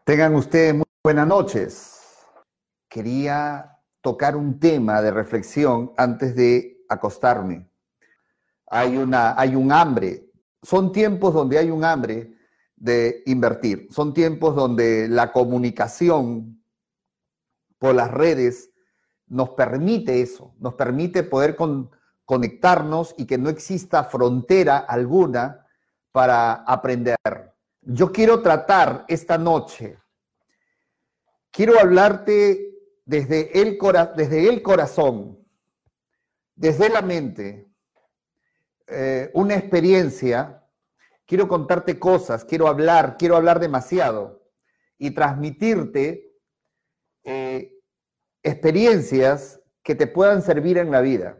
Tengan ustedes muy buenas noches. Quería tocar un tema de reflexión antes de acostarme. Hay un hambre. Son tiempos donde hay un hambre de invertir. Son tiempos donde la comunicación por las redes nos permite eso, nos permite poder conectarnos y que no exista frontera alguna para aprender. Yo quiero tratar esta noche, quiero hablarte desde el corazón, desde la mente, una experiencia. Quiero contarte cosas, quiero hablar demasiado y transmitirte experiencias que te puedan servir en la vida.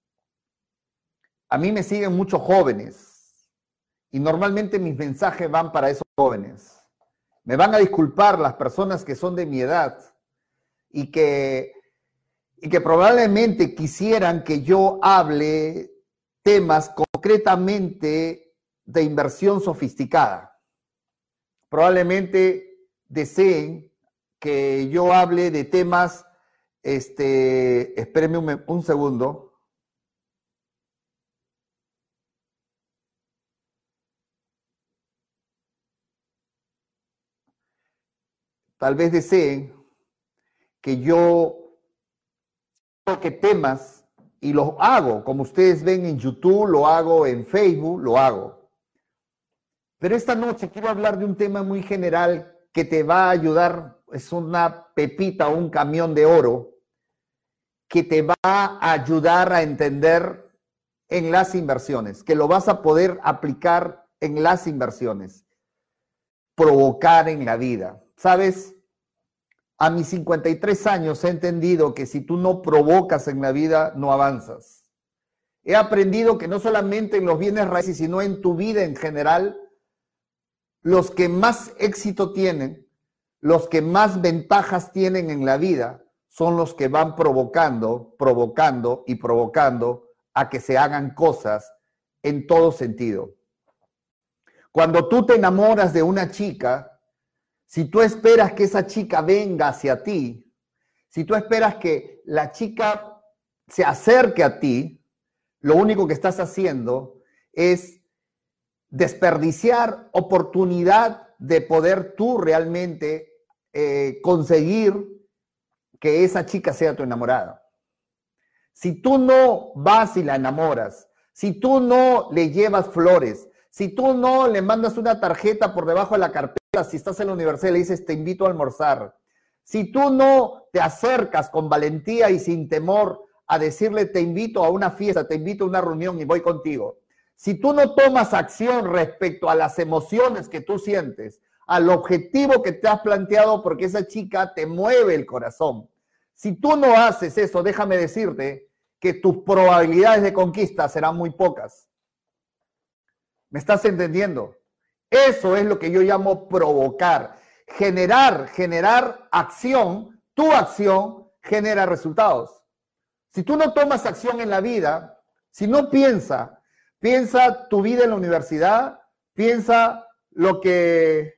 A mí me siguen muchos jóvenes y normalmente mis mensajes van para esos jóvenes. Me van a disculpar las personas que son de mi edad y que probablemente quisieran que yo hable temas concretamente de inversión sofisticada. Probablemente deseen que yo hable de temas, espérenme un segundo. Tal vez deseen que yo toque temas y los hago, como ustedes ven en YouTube, lo hago en Facebook, lo hago. Pero esta noche quiero hablar de un tema muy general que te va a ayudar, es una pepita o un camión de oro que te va a ayudar a entender en las inversiones, que lo vas a poder aplicar en las inversiones, provocar en la vida. ¿Sabes? A mis 53 años he entendido que si tú no provocas en la vida, no avanzas. He aprendido que no solamente en los bienes raíces, sino en tu vida en general, los que más éxito tienen, los que más ventajas tienen en la vida, son los que van provocando a que se hagan cosas en todo sentido. Cuando tú te enamoras de una chica, si tú esperas que esa chica venga hacia ti, si tú esperas que la chica se acerque a ti, lo único que estás haciendo es desperdiciar oportunidad de poder tú realmente conseguir que esa chica sea tu enamorada. Si tú no vas y la enamoras, si tú no le llevas flores, si tú no le mandas una tarjeta por debajo de la carpeta, si estás en la universidad y le dices te invito a almorzar, si tú no te acercas con valentía y sin temor a decirle te invito a una fiesta, te invito a una reunión y voy contigo, si tú no tomas acción respecto a las emociones que tú sientes, al objetivo que te has planteado porque esa chica te mueve el corazón, si tú no haces eso, déjame decirte que tus probabilidades de conquista serán muy pocas. ¿Me estás entendiendo? Eso es lo que yo llamo provocar. Generar acción, tu acción genera resultados. Si tú no tomas acción en la vida, si no piensa tu vida en la universidad, piensa lo que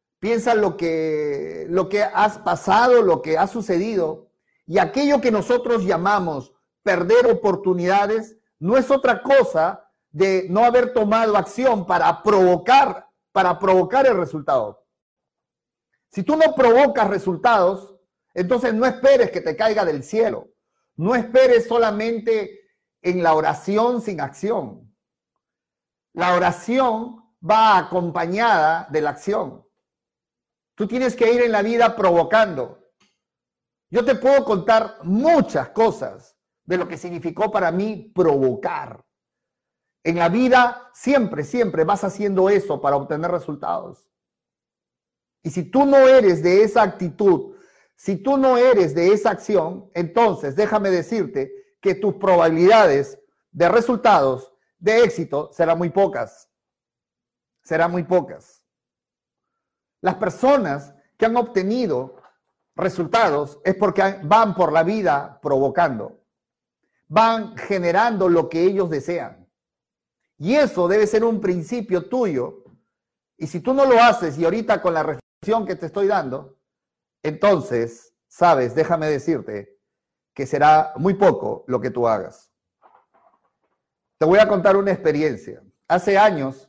has pasado, lo que ha sucedido, y aquello que nosotros llamamos perder oportunidades no es otra cosa de no haber tomado acción para provocar el resultado. Si tú no provocas resultados, entonces no esperes que te caiga del cielo. No esperes solamente en la oración sin acción. La oración va acompañada de la acción. Tú tienes que ir en la vida provocando. Yo te puedo contar muchas cosas de lo que significó para mí provocar. En la vida siempre vas haciendo eso para obtener resultados. Y si tú no eres de esa actitud, si tú no eres de esa acción, entonces déjame decirte que tus probabilidades de resultados, de éxito, serán muy pocas. Serán muy pocas. Las personas que han obtenido resultados es porque van por la vida provocando. Van generando lo que ellos desean. Y eso debe ser un principio tuyo. Y si tú no lo haces, y ahorita con la opción que te estoy dando, entonces, sabes, déjame decirte que será muy poco lo que tú hagas. Te voy a contar una experiencia. Hace años,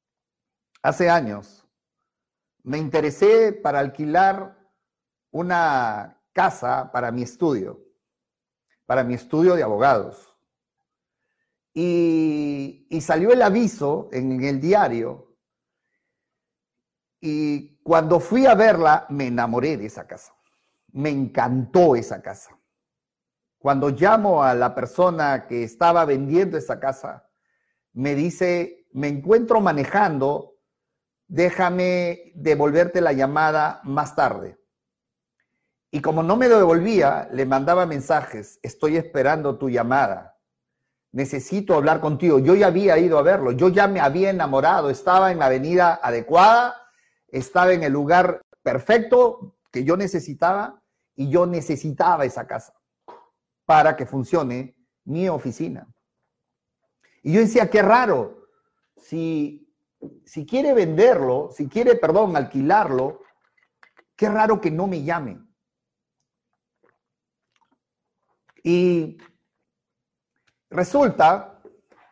me interesé para alquilar una casa para mi estudio de abogados. Y salió el aviso en el diario, y cuando fui a verla, me enamoré de esa casa. Me encantó esa casa. Cuando llamo a la persona que estaba vendiendo esa casa, me dice, me encuentro manejando, déjame devolverte la llamada más tarde. Y como no me lo devolvía, le mandaba mensajes, estoy esperando tu llamada, necesito hablar contigo. Yo ya había ido a verlo, yo ya me había enamorado, estaba en la avenida adecuada, estaba en el lugar perfecto que yo necesitaba, y yo necesitaba esa casa para que funcione mi oficina. Y yo decía, qué raro, si quiere venderlo, alquilarlo, qué raro que no me llame. Y resulta,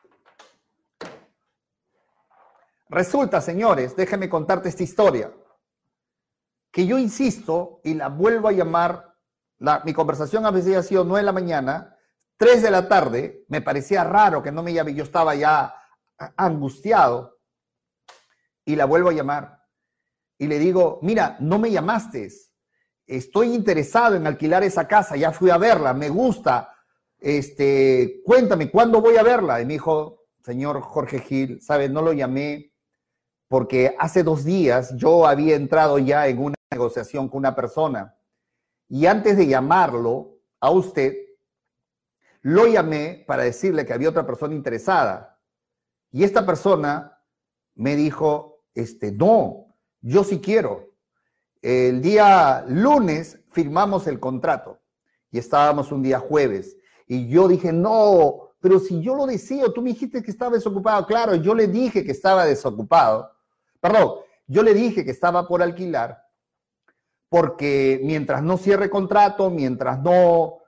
señores, déjenme contarte esta historia, que yo insisto y la vuelvo a llamar, mi conversación a veces ha sido 9 de la mañana, 3 de la tarde, me parecía raro que no me llame, yo estaba ya angustiado, y la vuelvo a llamar, y le digo, mira, no me llamaste, estoy interesado en alquilar esa casa, ya fui a verla, me gusta, cuéntame, ¿cuándo voy a verla? Y me dijo, señor Jorge Gil, ¿sabes? No lo llamé porque hace 2 días yo había entrado ya en una negociación con una persona, y antes de llamarlo a usted, lo llamé para decirle que había otra persona interesada, y esta persona me dijo, no, yo sí quiero. El día lunes firmamos el contrato y estábamos un día jueves, y yo dije, no, pero si yo lo deseo, tú me dijiste que estaba desocupado. Claro, yo le dije que estaba desocupado, perdón, yo le dije que estaba por alquilar, porque mientras no cierre contrato, mientras no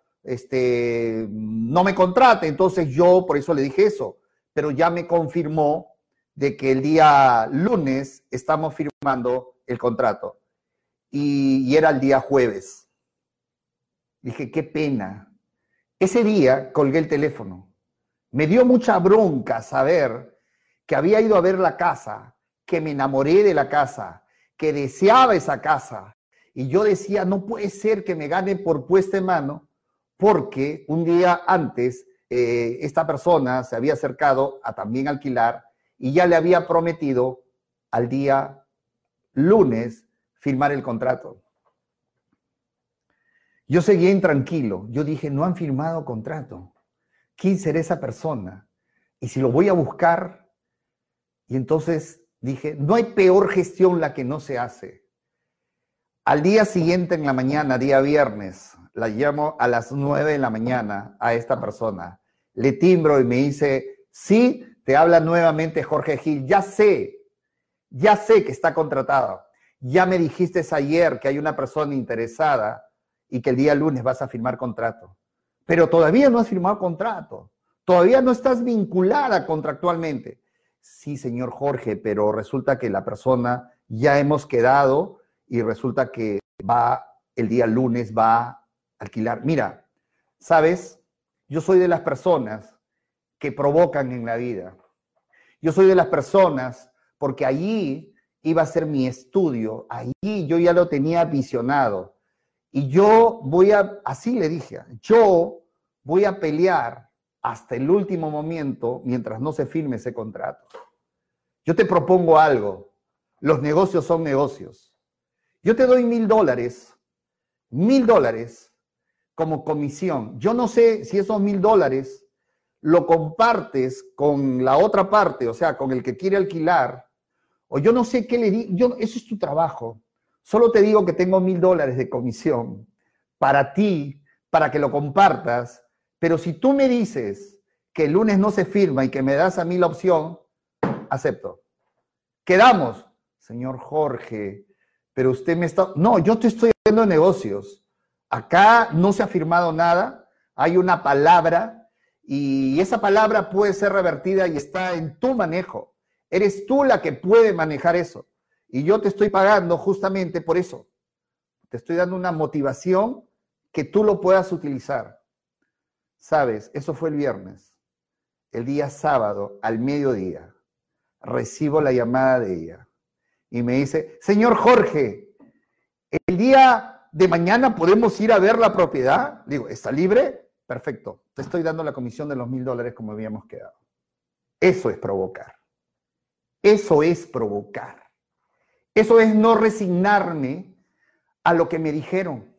me contrate, entonces yo por eso le dije eso, pero ya me confirmó de que el día lunes estamos firmando el contrato, y era el día jueves. Dije, qué pena. Ese día colgué el teléfono. Me dio mucha bronca saber que había ido a ver la casa, que me enamoré de la casa, que deseaba esa casa. Y yo decía, no puede ser que me gane por puesta en mano, porque un día antes esta persona se había acercado a también alquilar y ya le había prometido al día lunes firmar el contrato. Yo seguía intranquilo. Yo dije, no han firmado contrato. ¿Quién será esa persona? Y si lo voy a buscar. Y entonces dije, no hay peor gestión la que no se hace. Al día siguiente en la mañana, día viernes, la llamo a las 9 de la mañana a esta persona. Le timbro y me dice, sí, te habla nuevamente Jorge Gil. Ya sé que está contratado. Ya me dijiste ayer que hay una persona interesada y que el día lunes vas a firmar contrato. Pero todavía no has firmado contrato. Todavía no estás vinculada contractualmente. Sí, señor Jorge, pero resulta que la persona ya hemos quedado y resulta que el día lunes va a alquilar. Mira, ¿sabes? Yo soy de las personas que provocan en la vida. Yo soy de las personas porque allí iba a ser mi estudio. Allí yo ya lo tenía visionado. Y yo así le dije, yo voy a pelear hasta el último momento mientras no se firme ese contrato. Yo te propongo algo. Los negocios son negocios. Yo te doy $1,000 como comisión. Yo no sé si esos $1,000 lo compartes con la otra parte, o sea, con el que quiere alquilar, o yo no sé qué le di. Eso es tu trabajo. Solo te digo que tengo $1,000 de comisión para ti, para que lo compartas, pero si tú me dices que el lunes no se firma y que me das a mí la opción, acepto. Quedamos, señor Jorge, pero usted me está... No, yo te estoy haciendo negocios. Acá no se ha firmado nada, hay una palabra y esa palabra puede ser revertida y está en tu manejo. Eres tú la que puede manejar eso. Y yo te estoy pagando justamente por eso. Te estoy dando una motivación que tú lo puedas utilizar. ¿Sabes? Eso fue el viernes. El día sábado, al mediodía, recibo la llamada de ella. Y me dice, señor Jorge, el día de mañana podemos ir a ver la propiedad. Digo, ¿está libre? Perfecto. Te estoy dando la comisión de los $1000 como habíamos quedado. Eso es provocar. Eso es provocar. Eso es no resignarme a lo que me dijeron.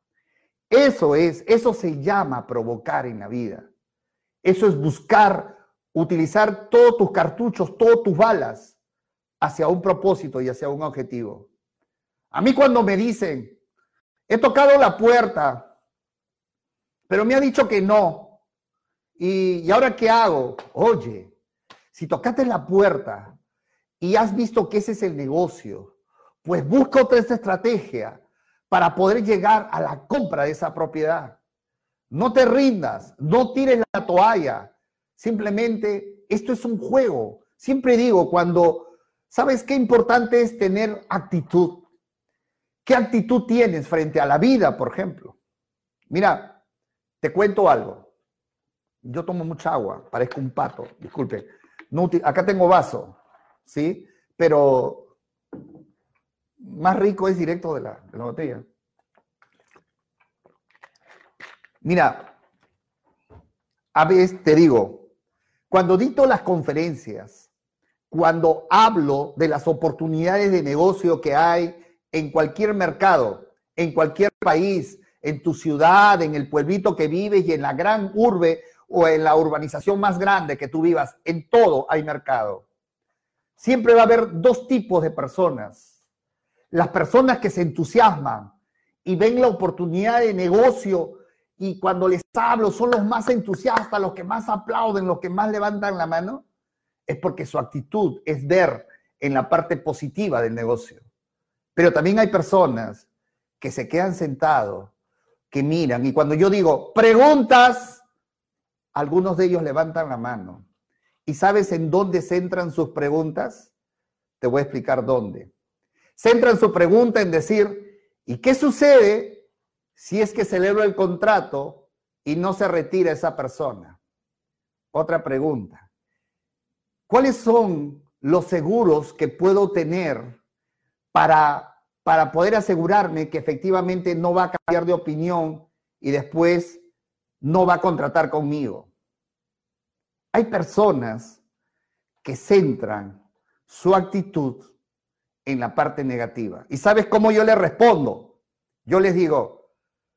Eso se llama provocar en la vida. Eso es buscar, utilizar todos tus cartuchos, todas tus balas hacia un propósito y hacia un objetivo. A mí cuando me dicen, he tocado la puerta, pero me ha dicho que no. ¿Y ahora qué hago? Oye, si tocaste la puerta y has visto que ese es el negocio, pues busca otra estrategia para poder llegar a la compra de esa propiedad. No te rindas, no tires la toalla. Simplemente, esto es un juego. Siempre digo, ¿sabes qué importante es tener actitud? ¿Qué actitud tienes frente a la vida, por ejemplo? Mira, te cuento algo. Yo tomo mucha agua, parezco un pato, disculpe. No, acá tengo vaso, ¿sí? Pero más rico es directo de la botella. Mira, a veces te digo, cuando dicto las conferencias, cuando hablo de las oportunidades de negocio que hay en cualquier mercado, en cualquier país, en tu ciudad, en el pueblito que vives y en la gran urbe o en la urbanización más grande que tú vivas, en todo hay mercado. Siempre va a haber dos tipos de personas. Las personas que se entusiasman y ven la oportunidad de negocio y cuando les hablo son los más entusiastas, los que más aplauden, los que más levantan la mano, es porque su actitud es ver en la parte positiva del negocio. Pero también hay personas que se quedan sentados, que miran y cuando yo digo preguntas, algunos de ellos levantan la mano. ¿Y sabes en dónde centran sus preguntas? Te voy a explicar dónde. Centran su pregunta en decir, ¿y qué sucede si es que celebro el contrato y no se retira esa persona? Otra pregunta. ¿Cuáles son los seguros que puedo tener para poder asegurarme que efectivamente no va a cambiar de opinión y después no va a contratar conmigo? Hay personas que centran su actitud en la parte negativa. ¿Y sabes cómo yo les respondo? Yo les digo,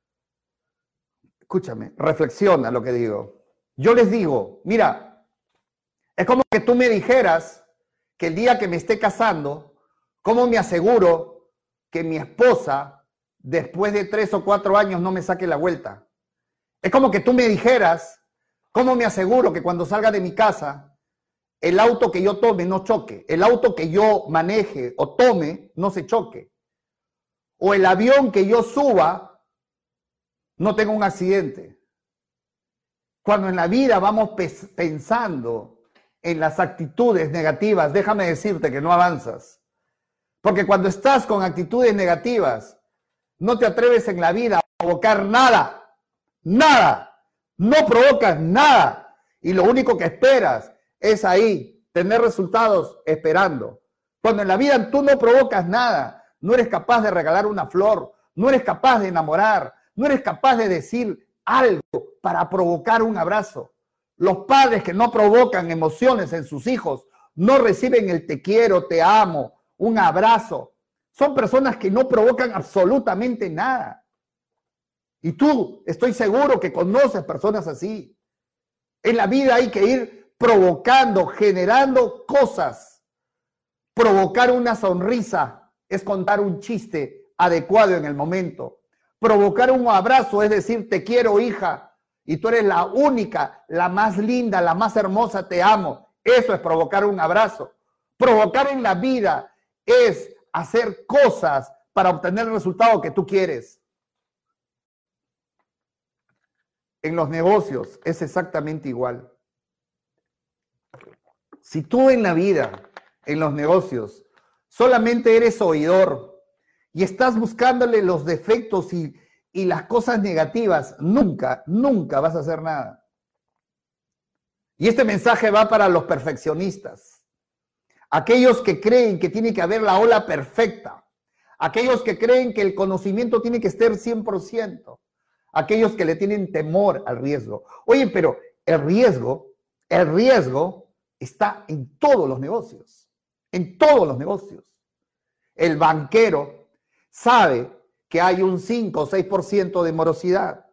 escúchame, reflexiona lo que digo. Yo les digo, mira, es como que tú me dijeras que el día que me esté casando, ¿cómo me aseguro que mi esposa después de 3 o 4 años no me saque la vuelta? Es como que tú me dijeras, ¿cómo me aseguro que cuando salga de mi casa el auto que yo tome no choque, el auto que yo maneje o tome no se choque, o el avión que yo suba no tenga un accidente? Cuando en la vida vamos pensando en las actitudes negativas, déjame decirte que no avanzas. Porque cuando estás con actitudes negativas, no te atreves en la vida a provocar nada, nada, no provocas nada, y lo único que esperas es ahí, tener resultados esperando. Cuando en la vida tú no provocas nada, no eres capaz de regalar una flor, no eres capaz de enamorar, no eres capaz de decir algo para provocar un abrazo. Los padres que no provocan emociones en sus hijos, no reciben el te quiero, te amo, un abrazo. Son personas que no provocan absolutamente nada. Y tú, estoy seguro que conoces personas así. En la vida hay que ir provocando, generando cosas. Provocar una sonrisa es contar un chiste adecuado en el momento. Provocar un abrazo es decir, te quiero, hija, y tú eres la única, la más linda, la más hermosa, te amo. Eso es provocar un abrazo. Provocar en la vida es hacer cosas para obtener el resultado que tú quieres. En los negocios es exactamente igual. Si tú en la vida, en los negocios, solamente eres oidor y estás buscándole los defectos y las cosas negativas, nunca vas a hacer nada. Y este mensaje va para los perfeccionistas, aquellos que creen que tiene que haber la ola perfecta, aquellos que creen que el conocimiento tiene que estar 100%, aquellos que le tienen temor al riesgo. Oye, pero el riesgo está en todos los negocios, en todos los negocios. El banquero sabe que hay un 5 o 6% de morosidad.